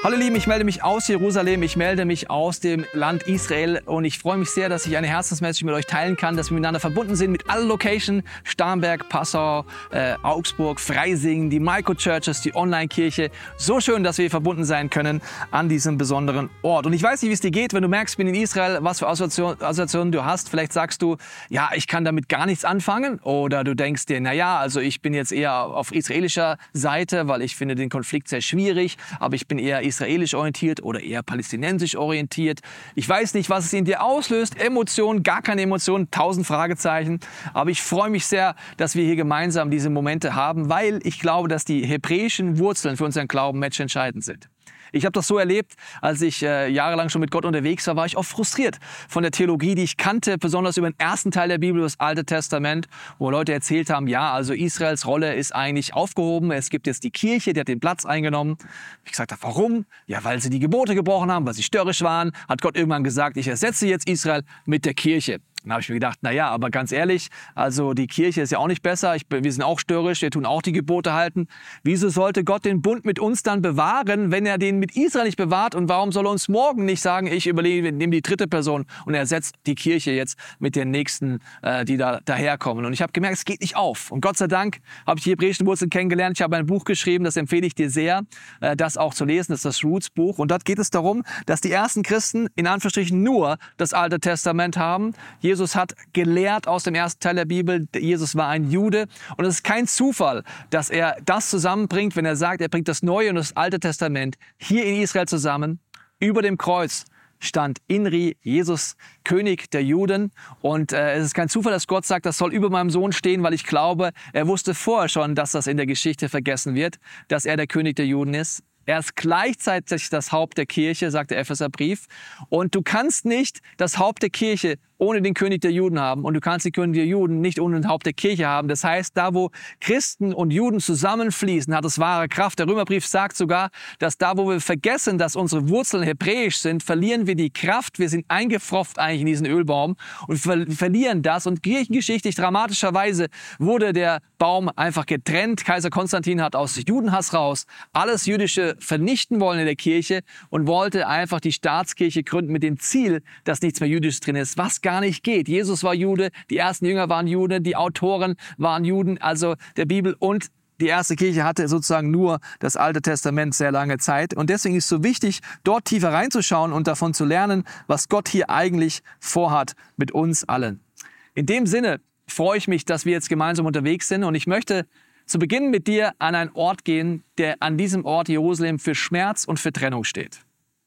Hallo ihr Lieben, ich melde mich aus Jerusalem, ich melde mich aus dem Land Israel und ich freue mich sehr, dass ich eine Herzensmessage mit euch teilen kann, dass wir miteinander verbunden sind mit allen Locations, Starnberg, Passau, Augsburg, Freising, die Microchurches, die Online-Kirche. So schön, dass wir verbunden sein können an diesem besonderen Ort. Und ich weiß nicht, wie es dir geht, wenn du merkst, ich bin in Israel, was für Assoziationen du hast. Vielleicht sagst du, ja, ich kann damit gar nichts anfangen. Oder du denkst dir, naja, also ich bin jetzt eher auf israelischer Seite, weil ich finde den Konflikt sehr schwierig, aber ich bin eher israelisch orientiert oder eher palästinensisch orientiert. Ich weiß nicht, was es in dir auslöst. Emotionen, gar keine Emotionen, 1000 Fragezeichen. Aber ich freue mich sehr, dass wir hier gemeinsam diese Momente haben, weil ich glaube, dass die hebräischen Wurzeln für unseren Glauben matchentscheidend sind. Ich habe das so erlebt, als ich jahrelang schon mit Gott unterwegs war ich oft frustriert von der Theologie, die ich kannte, besonders über den ersten Teil der Bibel, das Alte Testament, wo Leute erzählt haben, ja, also Israels Rolle ist eigentlich aufgehoben, es gibt jetzt die Kirche, die hat den Platz eingenommen. Ich gesagt habe, warum? Ja, weil sie die Gebote gebrochen haben, weil sie störrisch waren, hat Gott irgendwann gesagt, ich ersetze jetzt Israel mit der Kirche. Dann habe ich mir gedacht, naja, aber ganz ehrlich, also die Kirche ist ja auch nicht besser, wir sind auch störrisch, wir tun auch die Gebote halten. Wieso sollte Gott den Bund mit uns dann bewahren, wenn er den mit Israel nicht bewahrt? Und warum soll er uns morgen nicht sagen, ich überlege, nehme die dritte Person und ersetzt die Kirche jetzt mit den nächsten, die daherkommen? Und ich habe gemerkt, es geht nicht auf. Und Gott sei Dank habe ich die hebräischen Wurzeln kennengelernt. Ich habe ein Buch geschrieben, das empfehle ich dir sehr, das auch zu lesen. Das ist das Roots-Buch. Und dort geht es darum, dass die ersten Christen in Anführungsstrichen nur das Alte Testament haben. Jesus hat gelehrt aus dem ersten Teil der Bibel. Jesus war ein Jude. Und es ist kein Zufall, dass er das zusammenbringt, wenn er sagt, er bringt das Neue und das Alte Testament hier in Israel zusammen. Über dem Kreuz stand Inri, Jesus, König der Juden. Und es ist kein Zufall, dass Gott sagt, das soll über meinem Sohn stehen, weil ich glaube, er wusste vorher schon, dass das in der Geschichte vergessen wird, dass er der König der Juden ist. Er ist gleichzeitig das Haupt der Kirche, sagt der Epheserbrief. Und du kannst nicht das Haupt der Kirche ohne den König der Juden haben. Und du kannst die König der Juden nicht ohne den Haupt der Kirche haben. Das heißt, da wo Christen und Juden zusammenfließen, hat es wahre Kraft. Der Römerbrief sagt sogar, dass da wo wir vergessen, dass unsere Wurzeln hebräisch sind, verlieren wir die Kraft. Wir sind eingefropft eigentlich in diesen Ölbaum und verlieren das. Und kirchengeschichtlich dramatischerweise wurde der Baum einfach getrennt. Kaiser Konstantin hat aus Judenhass raus alles Jüdische vernichten wollen in der Kirche und wollte einfach die Staatskirche gründen mit dem Ziel, dass nichts mehr Jüdisch drin ist, was gar nicht geht. Jesus war Jude, die ersten Jünger waren Juden, die Autoren waren Juden, also der Bibel, und die erste Kirche hatte sozusagen nur das Alte Testament sehr lange Zeit. Und deswegen ist es so wichtig, dort tiefer reinzuschauen und davon zu lernen, was Gott hier eigentlich vorhat mit uns allen. In dem Sinne freue ich mich, dass wir jetzt gemeinsam unterwegs sind, und ich möchte zu Beginn mit dir an einen Ort gehen, der an diesem Ort Jerusalem für Schmerz und für Trennung steht.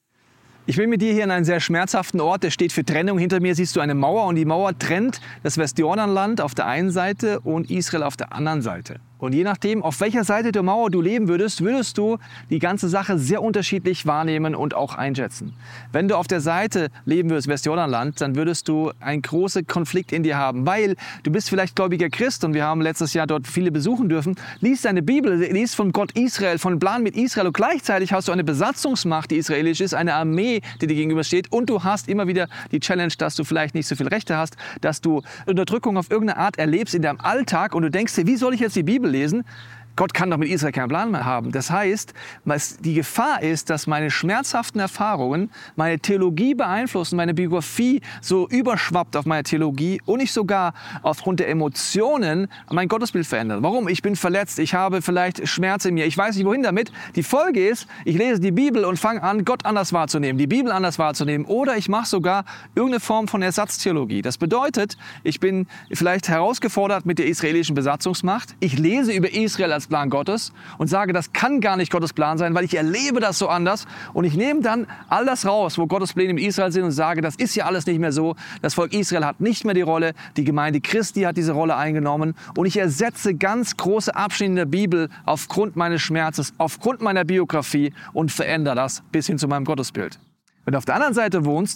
Ich bin mit dir hier an einen sehr schmerzhaften Ort, der steht für Trennung. Hinter mir siehst du eine Mauer, und die Mauer trennt das Westjordanland auf der einen Seite und Israel auf der anderen Seite. Und je nachdem, auf welcher Seite der Mauer du leben würdest, würdest du die ganze Sache sehr unterschiedlich wahrnehmen und auch einschätzen. Wenn du auf der Seite leben würdest, Westjordanland, dann würdest du einen großen Konflikt in dir haben, weil du bist vielleicht gläubiger Christ, und wir haben letztes Jahr dort viele besuchen dürfen. Lies deine Bibel, lies von Gott Israel, von dem Plan mit Israel, und gleichzeitig hast du eine Besatzungsmacht, die israelisch ist, eine Armee, die dir gegenübersteht, und du hast immer wieder die Challenge, dass du vielleicht nicht so viele Rechte hast, dass du Unterdrückung auf irgendeine Art erlebst in deinem Alltag, und du denkst dir, wie soll ich jetzt die Bibel lesen? Gott kann doch mit Israel keinen Plan mehr haben. Das heißt, die Gefahr ist, dass meine schmerzhaften Erfahrungen meine Theologie beeinflussen, meine Biografie so überschwappt auf meine Theologie und ich sogar aufgrund der Emotionen mein Gottesbild verändert. Warum? Ich bin verletzt, ich habe vielleicht Schmerz in mir, ich weiß nicht wohin damit. Die Folge ist, ich lese die Bibel und fange an, Gott anders wahrzunehmen, die Bibel anders wahrzunehmen, oder ich mache sogar irgendeine Form von Ersatztheologie. Das bedeutet, ich bin vielleicht herausgefordert mit der israelischen Besatzungsmacht. Ich lese über Israel als Plan Gottes und sage, das kann gar nicht Gottes Plan sein, weil ich erlebe das so anders, und ich nehme dann all das raus, wo Gottes Pläne mit Israel sind, und sage, das ist ja alles nicht mehr so. Das Volk Israel hat nicht mehr die Rolle, die Gemeinde Christi hat diese Rolle eingenommen, und ich ersetze ganz große Abschnitte in der Bibel aufgrund meines Schmerzes, aufgrund meiner Biografie, und verändere das bis hin zu meinem Gottesbild. Wenn du auf der anderen Seite wohnst,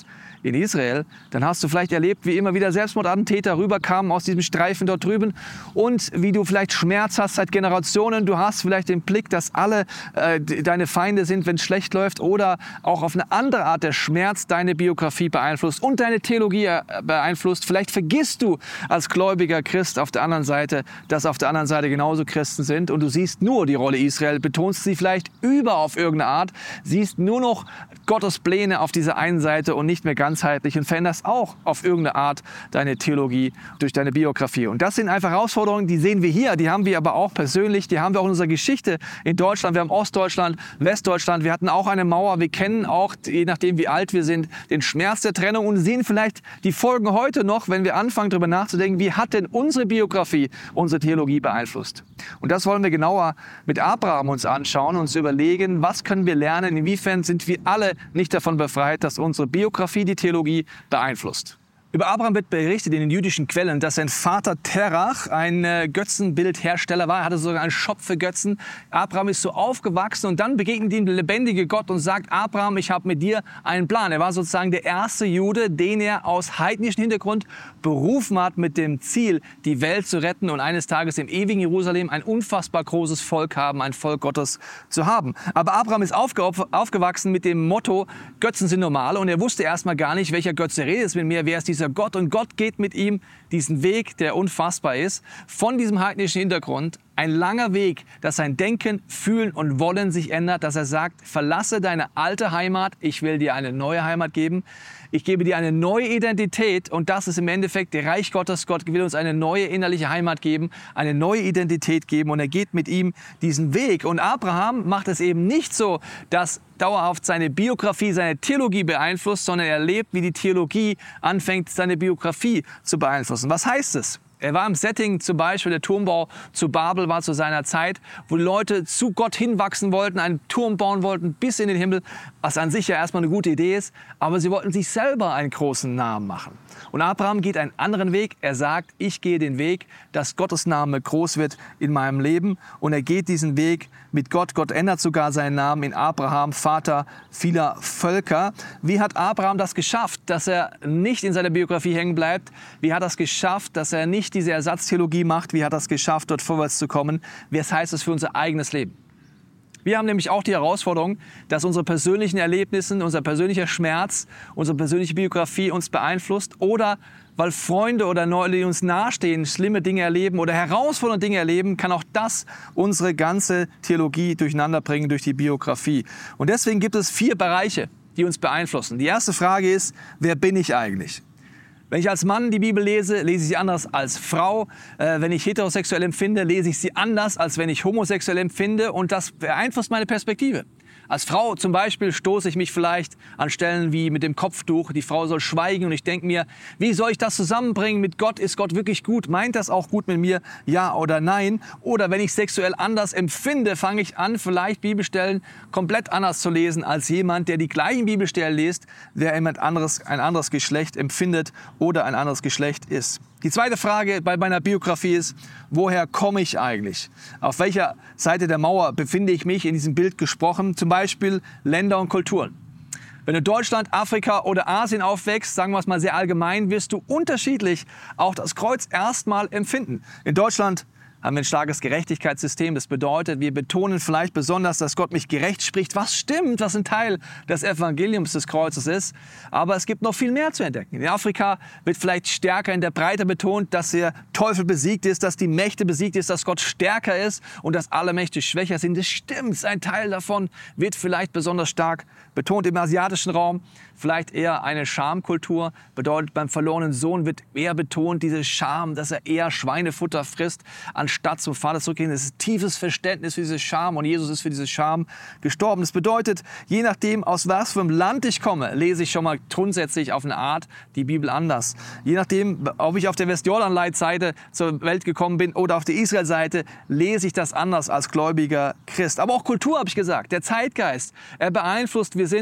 in Israel, dann hast du vielleicht erlebt, wie immer wieder Selbstmordattentäter rüberkamen aus diesem Streifen dort drüben und wie du vielleicht Schmerz hast seit Generationen. Du hast vielleicht den Blick, dass alle deine Feinde sind, wenn es schlecht läuft, oder auch auf eine andere Art der Schmerz deine Biografie beeinflusst und deine Theologie beeinflusst. Vielleicht vergisst du als gläubiger Christ auf der anderen Seite, dass auf der anderen Seite genauso Christen sind und du siehst nur die Rolle Israel, betonst sie vielleicht auf irgendeine Art, siehst nur noch Gottes Pläne auf dieser einen Seite und nicht mehr ganzheitlich und veränderst auch auf irgendeine Art deine Theologie durch deine Biografie. Und das sind einfach Herausforderungen, die sehen wir hier, die haben wir aber auch persönlich, die haben wir auch in unserer Geschichte in Deutschland. Wir haben Ostdeutschland, Westdeutschland, wir hatten auch eine Mauer, wir kennen auch, je nachdem wie alt wir sind, den Schmerz der Trennung und sehen vielleicht die Folgen heute noch, wenn wir anfangen darüber nachzudenken, wie hat denn unsere Biografie unsere Theologie beeinflusst. Und das wollen wir genauer mit Abraham uns anschauen, uns überlegen, was können wir lernen, inwiefern sind wir alle nicht davon befreit, dass unsere Biografie die Theologie beeinflusst. Über Abraham wird berichtet in den jüdischen Quellen, dass sein Vater Terach ein Götzenbildhersteller war. Er hatte sogar einen Shop für Götzen. Abraham ist so aufgewachsen und dann begegnet ihm der lebendige Gott und sagt, Abraham, ich habe mit dir einen Plan. Er war sozusagen der erste Jude, den er aus heidnischem Hintergrund berufen hat mit dem Ziel, die Welt zu retten und eines Tages im ewigen Jerusalem ein unfassbar großes Volk haben, ein Volk Gottes zu haben. Aber Abraham ist aufgewachsen mit dem Motto, Götzen sind normal, und er wusste erstmal gar nicht, welcher Götze redet mit mir, wer ist dieser Gott, und Gott geht mit ihm diesen Weg, der unfassbar ist, von diesem heidnischen Hintergrund, ein langer Weg, dass sein Denken, Fühlen und Wollen sich ändert, dass er sagt, verlasse deine alte Heimat, ich will dir eine neue Heimat geben, ich gebe dir eine neue Identität, und das ist im Endeffekt der Reich Gottes. Gott will uns eine neue innerliche Heimat geben, eine neue Identität geben, und er geht mit ihm diesen Weg. Und Abraham macht es eben nicht so, dass dauerhaft seine Biografie, seine Theologie beeinflusst, sondern er erlebt, wie die Theologie anfängt, seine Biografie zu beeinflussen. Was heißt es? Er war im Setting, zum Beispiel der Turmbau zu Babel war zu seiner Zeit, wo die Leute zu Gott hinwachsen wollten, einen Turm bauen wollten bis in den Himmel, was an sich ja erstmal eine gute Idee ist, aber sie wollten sich selber einen großen Namen machen. Und Abraham geht einen anderen Weg. Er sagt, ich gehe den Weg, dass Gottes Name groß wird in meinem Leben, und er geht diesen Weg mit Gott. Gott ändert sogar seinen Namen in Abraham, Vater vieler Völker. Wie hat Abraham das geschafft, dass er nicht in seiner Biografie hängen bleibt? Wie hat er es geschafft, dass er nicht diese Ersatztheologie macht? Wie hat er es geschafft, dort vorwärts zu kommen? Was heißt das für unser eigenes Leben? Wir haben nämlich auch die Herausforderung, dass unsere persönlichen Erlebnisse, unser persönlicher Schmerz, unsere persönliche Biografie uns beeinflusst, oder weil Freunde oder Leute, die uns nahestehen, schlimme Dinge erleben oder herausfordernde Dinge erleben, kann auch das unsere ganze Theologie durcheinander bringen durch die Biografie. Und deswegen gibt es 4 Bereiche, die uns beeinflussen. Die erste Frage ist, wer bin ich eigentlich? Wenn ich als Mann die Bibel lese, lese ich sie anders als Frau. Wenn ich heterosexuell empfinde, lese ich sie anders, als wenn ich homosexuell empfinde. Und das beeinflusst meine Perspektive. Als Frau zum Beispiel stoße ich mich vielleicht an Stellen wie mit dem Kopftuch. Die Frau soll schweigen, und ich denke mir, wie soll ich das zusammenbringen mit Gott? Ist Gott wirklich gut? Meint das auch gut mit mir? Ja oder nein? Oder wenn ich sexuell anders empfinde, fange ich an, vielleicht Bibelstellen komplett anders zu lesen als jemand, der die gleichen Bibelstellen liest, der ein anderes Geschlecht empfindet oder ein anderes Geschlecht ist. Die zweite Frage bei meiner Biografie ist, woher komme ich eigentlich? Auf welcher Seite der Mauer befinde ich mich, in diesem Bild gesprochen? Zum Beispiel Länder und Kulturen. Wenn du in Deutschland, Afrika oder Asien aufwächst, sagen wir es mal sehr allgemein, wirst du unterschiedlich auch das Kreuz erstmal empfinden. In Deutschland haben wir ein starkes Gerechtigkeitssystem. Das bedeutet, wir betonen vielleicht besonders, dass Gott mich gerecht spricht, was stimmt, was ein Teil des Evangeliums des Kreuzes ist. Aber es gibt noch viel mehr zu entdecken. In Afrika wird vielleicht stärker in der Breite betont, dass der Teufel besiegt ist, dass die Mächte besiegt ist, dass Gott stärker ist und dass alle Mächte schwächer sind. Das stimmt, ein Teil davon wird vielleicht besonders stark betont. Im asiatischen Raum vielleicht eher eine Schamkultur. Bedeutet, beim verlorenen Sohn wird eher betont, diese Scham, dass er eher Schweinefutter frisst, anstatt zum Vater zurückgehen. Es ist tiefes Verständnis für diese Scham, und Jesus ist für diese Scham gestorben. Das bedeutet, je nachdem, aus was für einem Land ich komme, lese ich schon mal grundsätzlich auf eine Art die Bibel anders. Je nachdem, ob ich auf der Westjordanleitseite zur Welt gekommen bin oder auf der Israel-Seite, lese ich das anders als gläubiger Christ. Aber auch Kultur, habe ich gesagt, der Zeitgeist, er beeinflusst. Wir sind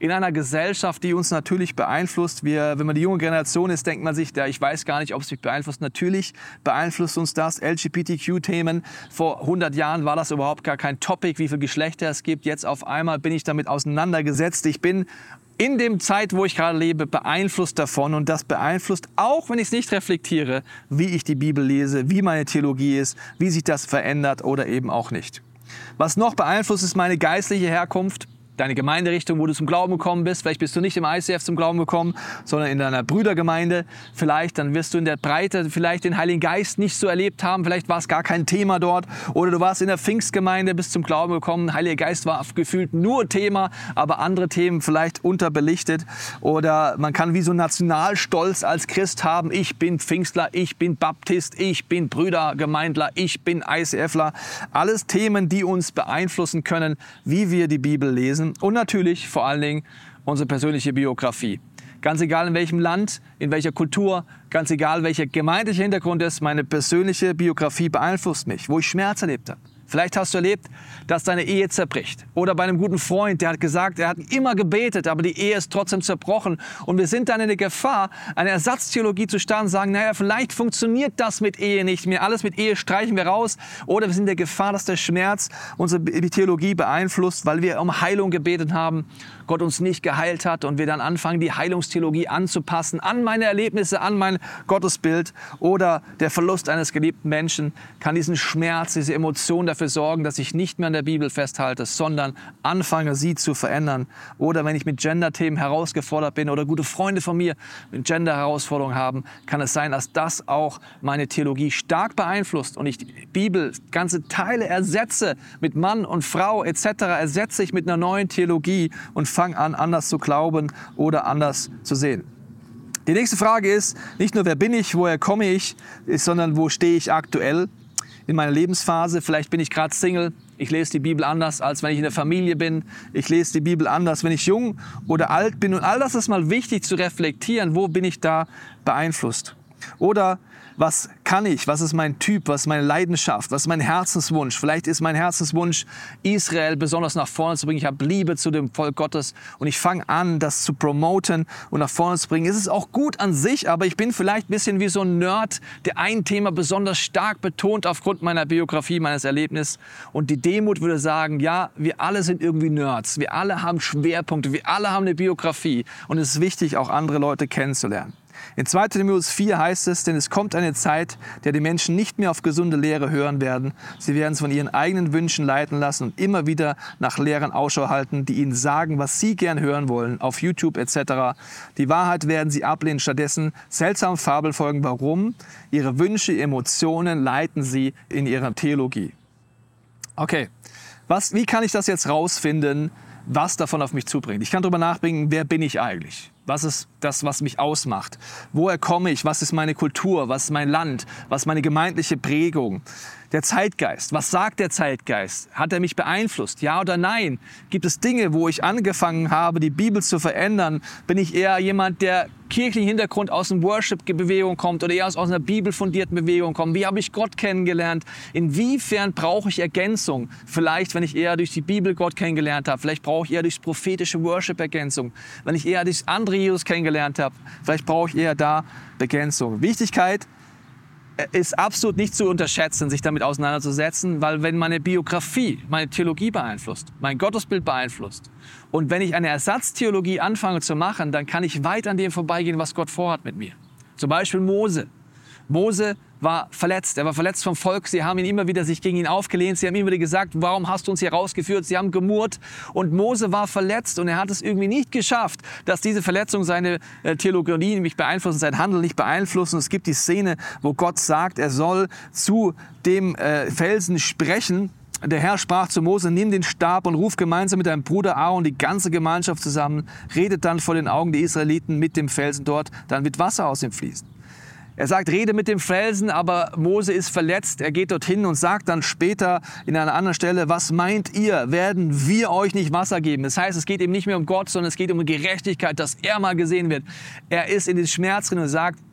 in einer Gesellschaft, die uns natürlich beeinflusst. Wenn man die junge Generation ist, denkt man sich, ich weiß gar nicht, ob es mich beeinflusst. Natürlich beeinflusst uns das. LGBTQ-Themen. Vor 100 Jahren war das überhaupt gar kein Topic, wie viele Geschlechter es gibt. Jetzt auf einmal bin ich damit auseinandergesetzt. Ich bin in dem Zeit, wo ich gerade lebe, beeinflusst davon. Und das beeinflusst, auch wenn ich es nicht reflektiere, wie ich die Bibel lese, wie meine Theologie ist, wie sich das verändert oder eben auch nicht. Was noch beeinflusst, ist meine geistliche Herkunft. Deine Gemeinderichtung, wo du zum Glauben gekommen bist. Vielleicht bist du nicht im ICF zum Glauben gekommen, sondern in deiner Brüdergemeinde. Vielleicht, dann wirst du in der Breite vielleicht den Heiligen Geist nicht so erlebt haben. Vielleicht war es gar kein Thema dort. Oder du warst in der Pfingstgemeinde, bist zum Glauben gekommen. Der Heilige Geist war gefühlt nur Thema, aber andere Themen vielleicht unterbelichtet. Oder man kann wie so Nationalstolz als Christ haben. Ich bin Pfingstler, ich bin Baptist, ich bin Brüdergemeindler, ich bin ICFler. Alles Themen, die uns beeinflussen können, wie wir die Bibel lesen. Und natürlich vor allen Dingen unsere persönliche Biografie. Ganz egal in welchem Land, in welcher Kultur, ganz egal welcher gemeindlicher Hintergrund ist, meine persönliche Biografie beeinflusst mich, wo ich Schmerz erlebt habe. Vielleicht hast du erlebt, dass deine Ehe zerbricht. Oder bei einem guten Freund, der hat gesagt, er hat immer gebetet, aber die Ehe ist trotzdem zerbrochen. Und wir sind dann in der Gefahr, eine Ersatztheologie zu starten und sagen, naja, vielleicht funktioniert das mit Ehe nicht mehr. Alles mit Ehe streichen wir raus. Oder wir sind in der Gefahr, dass der Schmerz unsere Theologie beeinflusst, weil wir um Heilung gebetet haben, Gott uns nicht geheilt hat und wir dann anfangen, die Heilungstheologie anzupassen an meine Erlebnisse, an mein Gottesbild. Oder der Verlust eines geliebten Menschen kann diesen Schmerz, diese Emotion dafür sorgen, dass ich nicht mehr an der Bibel festhalte, sondern anfange, sie zu verändern. Oder wenn ich mit Gender-Themen herausgefordert bin oder gute Freunde von mir mit Gender-Herausforderungen haben, kann es sein, dass das auch meine Theologie stark beeinflusst und ich die Bibel, ganze Teile ersetze mit Mann und Frau etc., ersetze ich mit einer neuen Theologie und fange an, anders zu glauben oder anders zu sehen. Die nächste Frage ist nicht nur, wer bin ich, woher komme ich, sondern wo stehe ich aktuell in meiner Lebensphase. Vielleicht bin ich gerade Single. Ich lese die Bibel anders, als wenn ich in der Familie bin. Ich lese die Bibel anders, wenn ich jung oder alt bin. Und all das ist mal wichtig zu reflektieren. Wo bin ich da beeinflusst? Oder was kann ich? Was ist mein Typ? Was ist meine Leidenschaft? Was ist mein Herzenswunsch? Vielleicht ist mein Herzenswunsch, Israel besonders nach vorne zu bringen. Ich habe Liebe zu dem Volk Gottes und ich fange an, das zu promoten und nach vorne zu bringen. Es ist auch gut an sich, aber ich bin vielleicht ein bisschen wie so ein Nerd, der ein Thema besonders stark betont aufgrund meiner Biografie, meines Erlebnisses. Und die Demut würde sagen, ja, wir alle sind irgendwie Nerds. Wir alle haben Schwerpunkte. Wir alle haben eine Biografie. Und es ist wichtig, auch andere Leute kennenzulernen. In 2. Timotheus 4 heißt es, denn es kommt eine Zeit, der die Menschen nicht mehr auf gesunde Lehre hören werden. Sie werden es von ihren eigenen Wünschen leiten lassen und immer wieder nach Lehrern Ausschau halten, die ihnen sagen, was sie gern hören wollen, auf YouTube etc. Die Wahrheit werden sie ablehnen, stattdessen seltsamen Fabeln folgen. Warum? Ihre Wünsche, Emotionen leiten sie in ihrer Theologie. Okay, wie kann ich das jetzt rausfinden, was davon auf mich zubringt? Ich kann darüber nachdenken, wer bin ich eigentlich? Was ist das, was mich ausmacht? Woher komme ich? Was ist meine Kultur? Was ist mein Land? Was ist meine gemeindliche Prägung? Der Zeitgeist. Was sagt der Zeitgeist? Hat er mich beeinflusst? Ja oder nein? Gibt es Dinge, wo ich angefangen habe, die Bibel zu verändern? Bin ich eher jemand, der kirchlichen Hintergrund aus einer Worship-Bewegung kommt oder eher aus einer bibelfundierten Bewegung kommt? Wie habe ich Gott kennengelernt? Inwiefern brauche ich Ergänzung? Vielleicht, wenn ich eher durch die Bibel Gott kennengelernt habe. Vielleicht brauche ich eher durch prophetische Worship-Ergänzung. Wenn ich eher durch andere Jesus kennengelernt habe, vielleicht brauche ich eher da Ergänzung. Wichtigkeit ist absolut nicht zu unterschätzen, sich damit auseinanderzusetzen, weil wenn meine Biografie, meine Theologie beeinflusst, mein Gottesbild beeinflusst und wenn ich eine Ersatztheologie anfange zu machen, dann kann ich weit an dem vorbeigehen, was Gott vorhat mit mir. Zum Beispiel Mose. Mose war verletzt. Er war verletzt vom Volk. Sie haben ihn immer wieder sich gegen ihn aufgelehnt. Sie haben immer wieder gesagt, warum hast du uns hier rausgeführt? Sie haben gemurrt. Und Mose war verletzt und er hat es irgendwie nicht geschafft, dass diese Verletzung seine Theologie nicht beeinflussen, sein Handeln nicht beeinflussen. Es gibt die Szene, wo Gott sagt, er soll zu dem Felsen sprechen. Der Herr sprach zu Mose, nimm den Stab und ruf gemeinsam mit deinem Bruder Aaron die ganze Gemeinschaft zusammen. Redet dann vor den Augen der Israeliten mit dem Felsen dort, dann wird Wasser aus ihm fließen. Er sagt, rede mit dem Felsen, aber Mose ist verletzt. Er geht dorthin und sagt dann später in einer anderen Stelle, was meint ihr, werden wir euch nicht Wasser geben? Das heißt, es geht ihm nicht mehr um Gott, sondern es geht um Gerechtigkeit, dass er mal gesehen wird. Er ist in den Schmerz drin und sagt,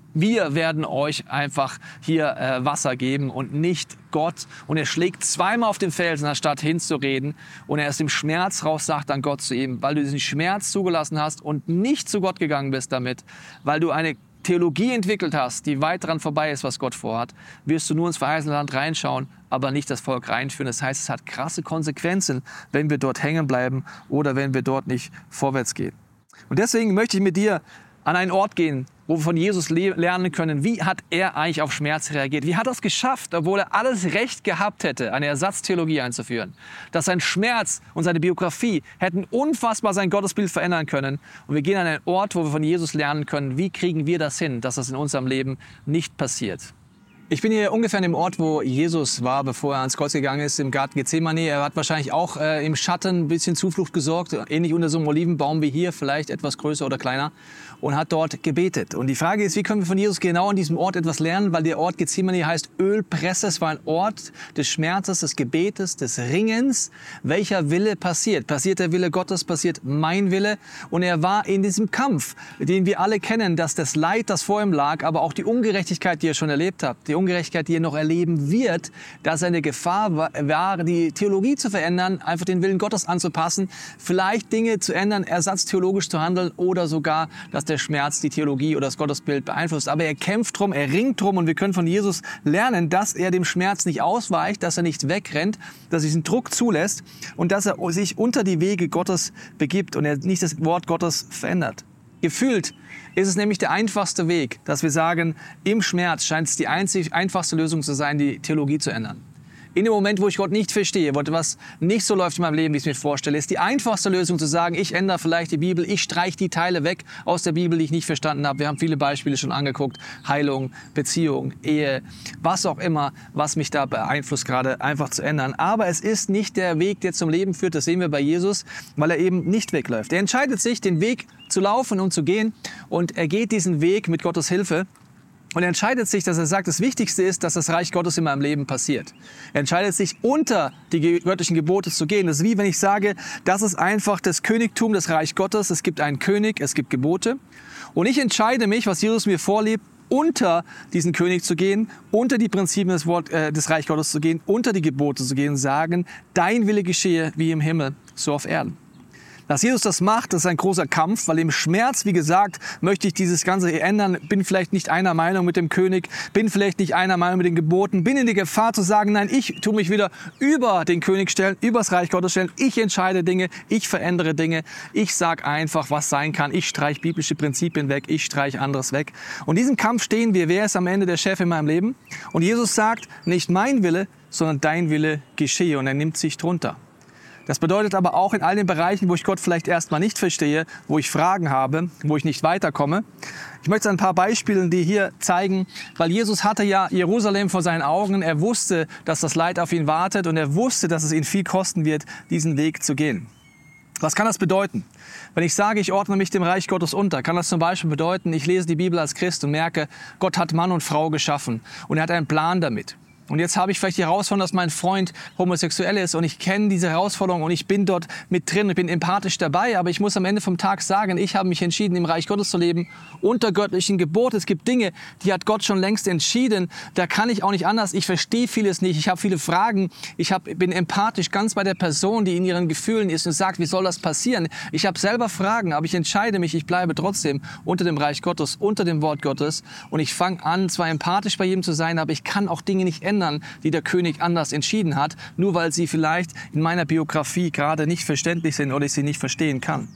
Wir werden euch einfach hier Wasser geben und nicht Gott. Und er schlägt zweimal auf den Felsen, anstatt hinzureden. Und er aus dem Schmerz raus sagt dann Gott zu ihm, weil du diesen Schmerz zugelassen hast und nicht zu Gott gegangen bist damit, weil du eine Theologie entwickelt hast, die weit dran vorbei ist, was Gott vorhat, wirst du nur ins verheißene Land reinschauen, aber nicht das Volk reinführen. Das heißt, es hat krasse Konsequenzen, wenn wir dort hängen bleiben oder wenn wir dort nicht vorwärts gehen. Und deswegen möchte ich mit dir an einen Ort gehen, wo wir von Jesus lernen können, wie hat er eigentlich auf Schmerz reagiert? Wie hat er es geschafft, obwohl er alles Recht gehabt hätte, eine Ersatztheologie einzuführen? Dass sein Schmerz und seine Biografie hätten unfassbar sein Gottesbild verändern können. Und wir gehen an einen Ort, wo wir von Jesus lernen können, wie kriegen wir das hin, dass das in unserem Leben nicht passiert. Ich bin hier ungefähr an dem Ort, wo Jesus war, bevor er ans Kreuz gegangen ist, im Garten Gethsemane. Er hat wahrscheinlich auch im Schatten ein bisschen Zuflucht gesorgt, ähnlich unter so einem Olivenbaum wie hier, vielleicht etwas größer oder kleiner, und hat dort gebetet. Und die Frage ist, wie können wir von Jesus genau an diesem Ort etwas lernen? Weil der Ort Gethsemane heißt Ölpresse. Es war ein Ort des Schmerzes, des Gebetes, des Ringens. Welcher Wille passiert? Passiert der Wille Gottes? Passiert mein Wille? Und er war in diesem Kampf, den wir alle kennen, dass das Leid, das vor ihm lag, aber auch die Ungerechtigkeit, die er schon erlebt hat, die Ungerechtigkeit, die er noch erleben wird, dass eine Gefahr war, die Theologie zu verändern, einfach den Willen Gottes anzupassen, vielleicht Dinge zu ändern, ersatztheologisch zu handeln oder sogar, dass der Schmerz die Theologie oder das Gottesbild beeinflusst. Aber er kämpft drum, er ringt drum und wir können von Jesus lernen, dass er dem Schmerz nicht ausweicht, dass er nicht wegrennt, dass er diesen Druck zulässt und dass er sich unter die Wege Gottes begibt und er nicht das Wort Gottes verändert. Gefühlt ist es nämlich der einfachste Weg, dass wir sagen, im Schmerz scheint es die einfachste Lösung zu sein, die Theologie zu ändern. In dem Moment, wo ich Gott nicht verstehe, wo etwas nicht so läuft in meinem Leben, wie ich es mir vorstelle, ist die einfachste Lösung zu sagen, ich ändere vielleicht die Bibel, ich streiche die Teile weg aus der Bibel, die ich nicht verstanden habe. Wir haben viele Beispiele schon angeguckt. Heilung, Beziehung, Ehe, was auch immer, was mich da beeinflusst gerade, einfach zu ändern. Aber es ist nicht der Weg, der zum Leben führt. Das sehen wir bei Jesus, weil er eben nicht wegläuft. Er entscheidet sich, den Weg zu laufen und zu gehen. Und er geht diesen Weg mit Gottes Hilfe. Und er entscheidet sich, dass er sagt, das Wichtigste ist, dass das Reich Gottes in meinem Leben passiert. Er entscheidet sich, unter die göttlichen Gebote zu gehen. Das ist wie wenn ich sage, das ist einfach das Königtum, das Reich Gottes. Es gibt einen König, es gibt Gebote. Und ich entscheide mich, was Jesus mir vorlebt, unter diesen König zu gehen, unter die Prinzipien des Reich Gottes zu gehen, unter die Gebote zu gehen und sagen, dein Wille geschehe wie im Himmel, so auf Erden. Dass Jesus das macht, das ist ein großer Kampf, weil im Schmerz, wie gesagt, möchte ich dieses Ganze ändern, bin vielleicht nicht einer Meinung mit dem König, bin vielleicht nicht einer Meinung mit den Geboten, bin in die Gefahr zu sagen, nein, ich tue mich wieder über den König stellen, über das Reich Gottes stellen, ich entscheide Dinge, ich verändere Dinge, ich sage einfach, was sein kann, ich streiche biblische Prinzipien weg, ich streiche anderes weg. Und in diesem Kampf stehen wir, wer ist am Ende der Chef in meinem Leben? Und Jesus sagt, nicht mein Wille, sondern dein Wille geschehe und er nimmt sich drunter. Das bedeutet aber auch in all den Bereichen, wo ich Gott vielleicht erstmal nicht verstehe, wo ich Fragen habe, wo ich nicht weiterkomme. Ich möchte ein paar Beispiele, die hier zeigen, weil Jesus hatte ja Jerusalem vor seinen Augen. Er wusste, dass das Leid auf ihn wartet und er wusste, dass es ihn viel kosten wird, diesen Weg zu gehen. Was kann das bedeuten? Wenn ich sage, ich ordne mich dem Reich Gottes unter, kann das zum Beispiel bedeuten, ich lese die Bibel als Christ und merke, Gott hat Mann und Frau geschaffen und er hat einen Plan damit. Und jetzt habe ich vielleicht die Herausforderung, dass mein Freund homosexuell ist und ich kenne diese Herausforderung und ich bin dort mit drin, ich bin empathisch dabei, aber ich muss am Ende vom Tag sagen, ich habe mich entschieden, im Reich Gottes zu leben, unter göttlichen Geboten. Es gibt Dinge, die hat Gott schon längst entschieden, da kann ich auch nicht anders, ich verstehe vieles nicht, ich habe viele Fragen, bin empathisch ganz bei der Person, die in ihren Gefühlen ist und sagt, wie soll das passieren? Ich habe selber Fragen, aber ich entscheide mich, ich bleibe trotzdem unter dem Reich Gottes, unter dem Wort Gottes und ich fange an, zwar empathisch bei jedem zu sein, aber ich kann auch Dinge nicht ändern, die der König anders entschieden hat, nur weil sie vielleicht in meiner Biografie gerade nicht verständlich sind oder ich sie nicht verstehen kann.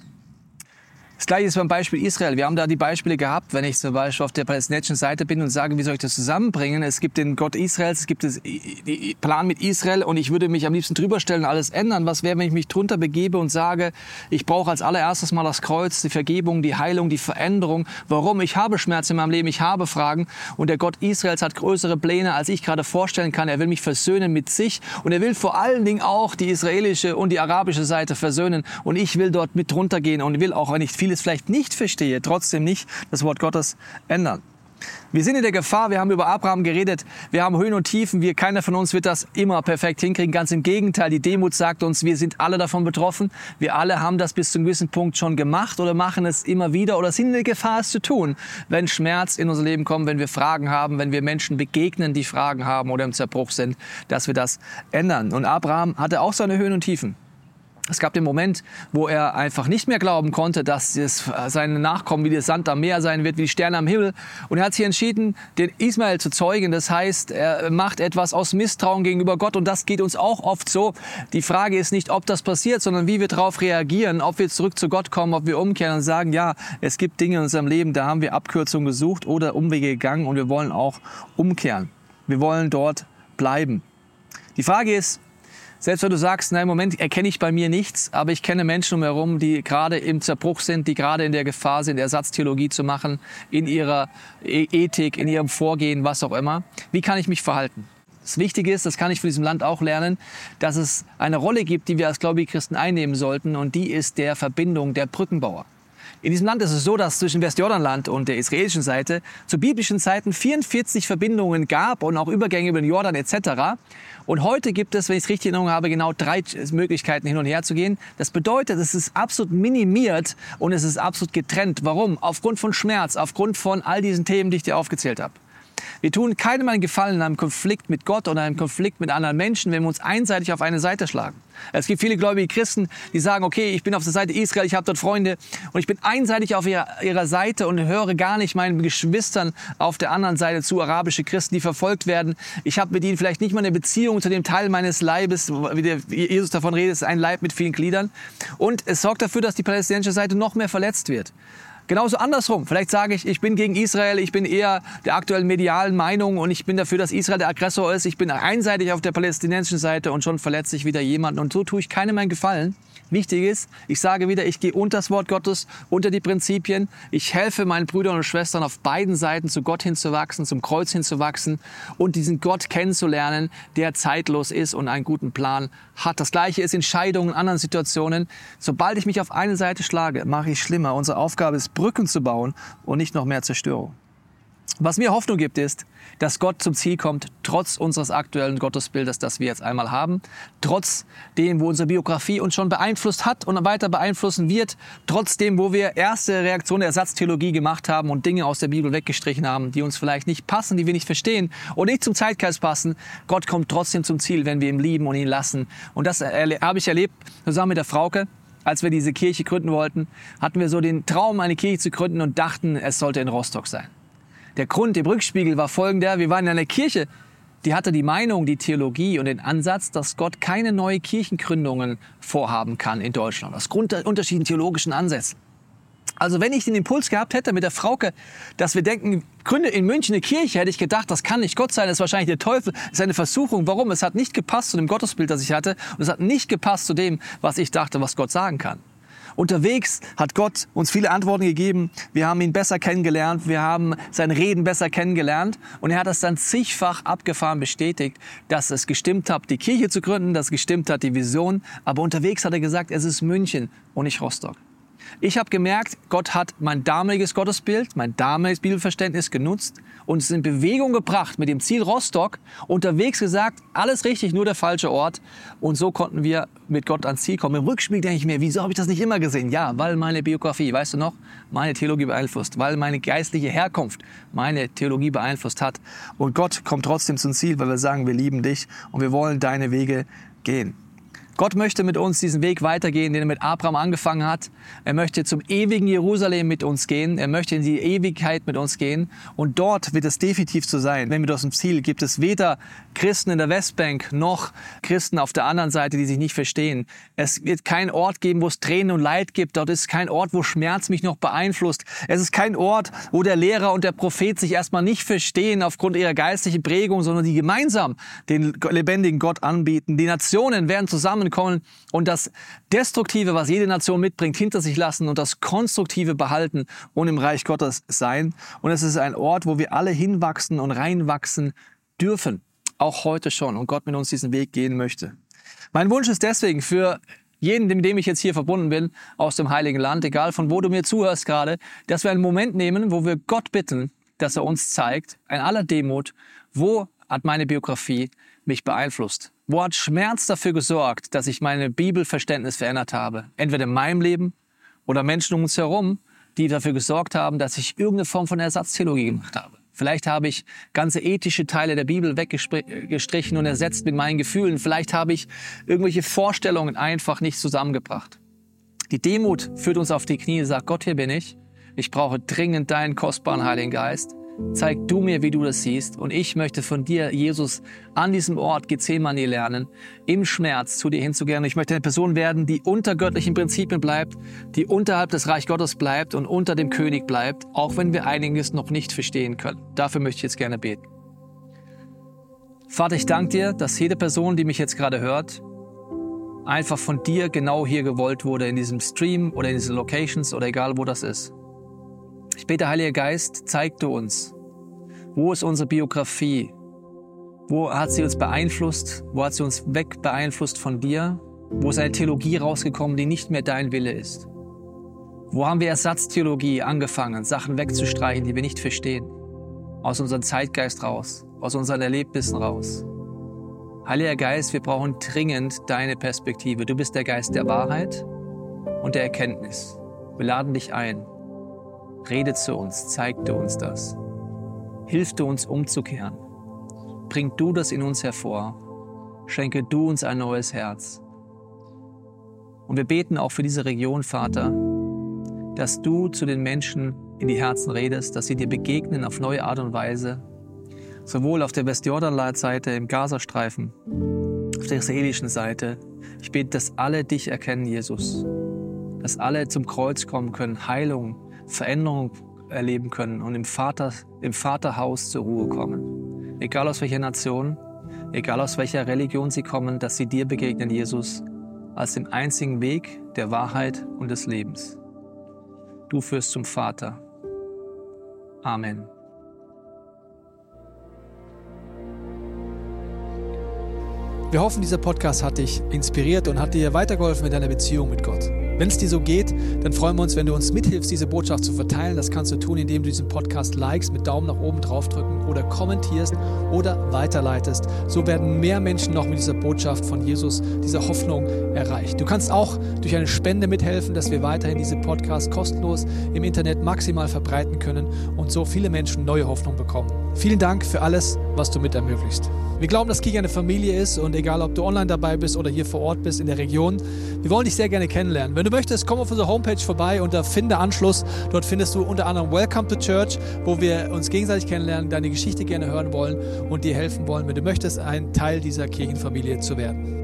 Das Gleiche ist beim Beispiel Israel. Wir haben da die Beispiele gehabt, wenn ich zum Beispiel auf der palästinensischen Seite bin und sage, wie soll ich das zusammenbringen? Es gibt den Gott Israels, es gibt den Plan mit Israel und ich würde mich am liebsten drüber stellen, alles ändern. Was wäre, wenn ich mich drunter begebe und sage, ich brauche als allererstes mal das Kreuz, die Vergebung, die Heilung, die Veränderung. Warum? Ich habe Schmerz in meinem Leben, ich habe Fragen und der Gott Israels hat größere Pläne, als ich gerade vorstellen kann. Er will mich versöhnen mit sich und er will vor allen Dingen auch die israelische und die arabische Seite versöhnen und ich will dort mit drunter gehen und will auch, wenn ich vieles vielleicht nicht verstehe, trotzdem nicht das Wort Gottes ändern. Wir sind in der Gefahr, wir haben über Abraham geredet, wir haben Höhen und Tiefen, keiner von uns wird das immer perfekt hinkriegen. Ganz im Gegenteil, die Demut sagt uns, wir sind alle davon betroffen. Wir alle haben das bis zu einem gewissen Punkt schon gemacht oder machen es immer wieder oder sind in der Gefahr, es zu tun, wenn Schmerz in unser Leben kommt, wenn wir Fragen haben, wenn wir Menschen begegnen, die Fragen haben oder im Zerbruch sind, dass wir das ändern. Und Abraham hatte auch seine Höhen und Tiefen. Es gab den Moment, wo er einfach nicht mehr glauben konnte, dass seine Nachkommen wie der Sand am Meer sein wird, wie die Sterne am Himmel. Und er hat sich entschieden, den Ismael zu zeugen. Das heißt, er macht etwas aus Misstrauen gegenüber Gott. Und das geht uns auch oft so. Die Frage ist nicht, ob das passiert, sondern wie wir darauf reagieren. Ob wir zurück zu Gott kommen, ob wir umkehren und sagen, ja, es gibt Dinge in unserem Leben, da haben wir Abkürzungen gesucht oder Umwege gegangen. Und wir wollen auch umkehren. Wir wollen dort bleiben. Die Frage ist, selbst wenn du sagst, nein, im Moment erkenne ich bei mir nichts, aber ich kenne Menschen um mich herum, die gerade im Zerbruch sind, die gerade in der Gefahr sind, Ersatztheologie zu machen, in ihrer Ethik, in ihrem Vorgehen, was auch immer. Wie kann ich mich verhalten? Das Wichtige ist, das kann ich von diesem Land auch lernen, dass es eine Rolle gibt, die wir als gläubige Christen einnehmen sollten, und die ist der Verbindung der Brückenbauer. In diesem Land ist es so, dass zwischen Westjordanland und der israelischen Seite zu biblischen Zeiten 44 Verbindungen gab und auch Übergänge über den Jordan etc. Und heute gibt es, wenn ich es richtig in Erinnerung habe, genau 3 Möglichkeiten, hin und her zu gehen. Das bedeutet, es ist absolut minimiert und es ist absolut getrennt. Warum? Aufgrund von Schmerz, aufgrund von all diesen Themen, die ich dir aufgezählt habe. Wir tun keinem einen Gefallen in einem Konflikt mit Gott oder einem Konflikt mit anderen Menschen, wenn wir uns einseitig auf eine Seite schlagen. Es gibt viele gläubige Christen, die sagen, okay, ich bin auf der Seite Israel, ich habe dort Freunde und ich bin einseitig auf ihrer Seite und höre gar nicht meinen Geschwistern auf der anderen Seite zu, arabische Christen, die verfolgt werden. Ich habe mit ihnen vielleicht nicht mal eine Beziehung zu dem Teil meines Leibes, wie Jesus davon redet, es ist ein Leib mit vielen Gliedern. Und es sorgt dafür, dass die palästinensische Seite noch mehr verletzt wird. Genauso andersrum. Vielleicht sage ich bin gegen Israel, ich bin eher der aktuellen medialen Meinung und ich bin dafür, dass Israel der Aggressor ist. Ich bin einseitig auf der palästinensischen Seite und schon verletze ich wieder jemanden. Und so tue ich keinem einen Gefallen. Wichtig ist, ich sage wieder, ich gehe unter das Wort Gottes, unter die Prinzipien. Ich helfe meinen Brüdern und Schwestern auf beiden Seiten zu Gott hinzuwachsen, zum Kreuz hinzuwachsen und diesen Gott kennenzulernen, der zeitlos ist und einen guten Plan hat. Das Gleiche ist in Scheidungen, in anderen Situationen. Sobald ich mich auf eine Seite schlage, mache ich schlimmer. Unsere Aufgabe ist, Brücken zu bauen und nicht noch mehr Zerstörung. Was mir Hoffnung gibt, ist, dass Gott zum Ziel kommt, trotz unseres aktuellen Gottesbildes, das wir jetzt einmal haben, trotz dem, wo unsere Biografie uns schon beeinflusst hat und weiter beeinflussen wird, trotzdem, wo wir erste Reaktionen der Ersatztheologie gemacht haben und Dinge aus der Bibel weggestrichen haben, die uns vielleicht nicht passen, die wir nicht verstehen und nicht zum Zeitgeist passen. Gott kommt trotzdem zum Ziel, wenn wir ihn lieben und ihn lassen. Und das habe ich erlebt, zusammen mit der Frauke. Als wir diese Kirche gründen wollten, hatten wir so den Traum, eine Kirche zu gründen und dachten, es sollte in Rostock sein. Der Grund im Rückspiegel war folgender: Wir waren in einer Kirche, die hatte die Meinung, die Theologie und den Ansatz, dass Gott keine neue Kirchengründungen vorhaben kann in Deutschland, aus Grund der unterschiedlichen theologischen Ansätze. Also wenn ich den Impuls gehabt hätte mit der Frauke, dass wir denken, gründe in München eine Kirche, hätte ich gedacht, das kann nicht Gott sein, das ist wahrscheinlich der Teufel, das ist eine Versuchung. Warum? Es hat nicht gepasst zu dem Gottesbild, das ich hatte, und es hat nicht gepasst zu dem, was ich dachte, was Gott sagen kann. Unterwegs hat Gott uns viele Antworten gegeben. Wir haben ihn besser kennengelernt. Wir haben sein Reden besser kennengelernt. Und er hat das dann zigfach abgefahren bestätigt, dass es gestimmt hat, die Kirche zu gründen, dass es gestimmt hat, die Vision. Aber unterwegs hat er gesagt, es ist München und nicht Rostock. Ich habe gemerkt, Gott hat mein damaliges Gottesbild, mein damaliges Bibelverständnis genutzt und es in Bewegung gebracht mit dem Ziel Rostock. Unterwegs gesagt, alles richtig, nur der falsche Ort. Und so konnten wir mit Gott ans Ziel kommen. Im Rückspiel denke ich mir, wieso habe ich das nicht immer gesehen? Ja, weil meine Biografie, weißt du noch, meine Theologie beeinflusst, weil meine geistliche Herkunft meine Theologie beeinflusst hat. Und Gott kommt trotzdem zum Ziel, weil wir sagen, wir lieben dich und wir wollen deine Wege gehen. Gott möchte mit uns diesen Weg weitergehen, den er mit Abraham angefangen hat. Er möchte zum ewigen Jerusalem mit uns gehen. Er möchte in die Ewigkeit mit uns gehen. Und dort wird es definitiv so sein. Wenn wir das zum Ziel, gibt es weder Christen in der Westbank noch Christen auf der anderen Seite, die sich nicht verstehen. Es wird keinen Ort geben, wo es Tränen und Leid gibt. Dort ist kein Ort, wo Schmerz mich noch beeinflusst. Es ist kein Ort, wo der Lehrer und der Prophet sich erstmal nicht verstehen aufgrund ihrer geistlichen Prägung, sondern die gemeinsam den lebendigen Gott anbieten. Die Nationen werden zusammenkommen und das Destruktive, was jede Nation mitbringt, hinter sich lassen und das Konstruktive behalten und im Reich Gottes sein. Und es ist ein Ort, wo wir alle hinwachsen und reinwachsen dürfen. Auch heute schon. Und Gott mit uns diesen Weg gehen möchte. Mein Wunsch ist deswegen für jeden, mit dem ich jetzt hier verbunden bin, aus dem Heiligen Land, egal von wo du mir zuhörst gerade, dass wir einen Moment nehmen, wo wir Gott bitten, dass er uns zeigt, in aller Demut, wo hat meine Biografie mich beeinflusst? Wo hat Schmerz dafür gesorgt, dass ich mein Bibelverständnis verändert habe? Entweder in meinem Leben oder Menschen um uns herum, die dafür gesorgt haben, dass ich irgendeine Form von Ersatztheologie gemacht habe. Vielleicht habe ich ganze ethische Teile der Bibel weggestrichen und ersetzt mit meinen Gefühlen. Vielleicht habe ich irgendwelche Vorstellungen einfach nicht zusammengebracht. Die Demut führt uns auf die Knie und sagt, Gott, hier bin ich. Ich brauche dringend deinen kostbaren Heiligen Geist. Zeig du mir, wie du das siehst. Und ich möchte von dir, Jesus, an diesem Ort Gethsemane lernen, im Schmerz zu dir hinzugehen. Ich möchte eine Person werden, die unter göttlichen Prinzipien bleibt, die unterhalb des Reich Gottes bleibt und unter dem König bleibt, auch wenn wir einiges noch nicht verstehen können. Dafür möchte ich jetzt gerne beten. Vater, ich danke dir, dass jede Person, die mich jetzt gerade hört, einfach von dir genau hier gewollt wurde, in diesem Stream oder in diesen Locations oder egal, wo das ist. Ich bete, Heiliger Geist, zeig du uns, wo ist unsere Biografie? Wo hat sie uns beeinflusst? Wo hat sie uns weg beeinflusst von dir? Wo ist eine Theologie rausgekommen, die nicht mehr dein Wille ist? Wo haben wir Ersatztheologie angefangen, Sachen wegzustreichen, die wir nicht verstehen? Aus unserem Zeitgeist raus, aus unseren Erlebnissen raus. Heiliger Geist, wir brauchen dringend deine Perspektive. Du bist der Geist der Wahrheit und der Erkenntnis. Wir laden dich ein. Rede zu uns, zeig du uns das. Hilf du uns umzukehren. Bring du das in uns hervor. Schenke du uns ein neues Herz. Und wir beten auch für diese Region, Vater, dass du zu den Menschen in die Herzen redest, dass sie dir begegnen auf neue Art und Weise. Sowohl auf der Westjordanland-Seite im Gazastreifen, auf der israelischen Seite. Ich bete, dass alle dich erkennen, Jesus. Dass alle zum Kreuz kommen können, Heilung, Veränderung erleben können und im Vaterhaus zur Ruhe kommen. Egal aus welcher Nation, egal aus welcher Religion sie kommen, dass sie dir begegnen, Jesus, als dem einzigen Weg der Wahrheit und des Lebens. Du führst zum Vater. Amen. Wir hoffen, dieser Podcast hat dich inspiriert und hat dir weitergeholfen mit deiner Beziehung mit Gott. Wenn es dir so geht, dann freuen wir uns, wenn du uns mithilfst, diese Botschaft zu verteilen. Das kannst du tun, indem du diesen Podcast likest, mit Daumen nach oben draufdrücken oder kommentierst oder weiterleitest. So werden mehr Menschen noch mit dieser Botschaft von Jesus, dieser Hoffnung erreicht. Du kannst auch durch eine Spende mithelfen, dass wir weiterhin diese Podcasts kostenlos im Internet maximal verbreiten können und so viele Menschen neue Hoffnung bekommen. Vielen Dank für alles, was du mit ermöglicht. Wir glauben, dass Kirche eine Familie ist und egal, ob du online dabei bist oder hier vor Ort bist in der Region, wir wollen dich sehr gerne kennenlernen. Wenn du möchtest, komm auf unsere Homepage vorbei unter Finde Anschluss. Dort findest du unter anderem Welcome to Church, wo wir uns gegenseitig kennenlernen, deine Geschichte gerne hören wollen und dir helfen wollen, wenn du möchtest, ein Teil dieser Kirchenfamilie zu werden.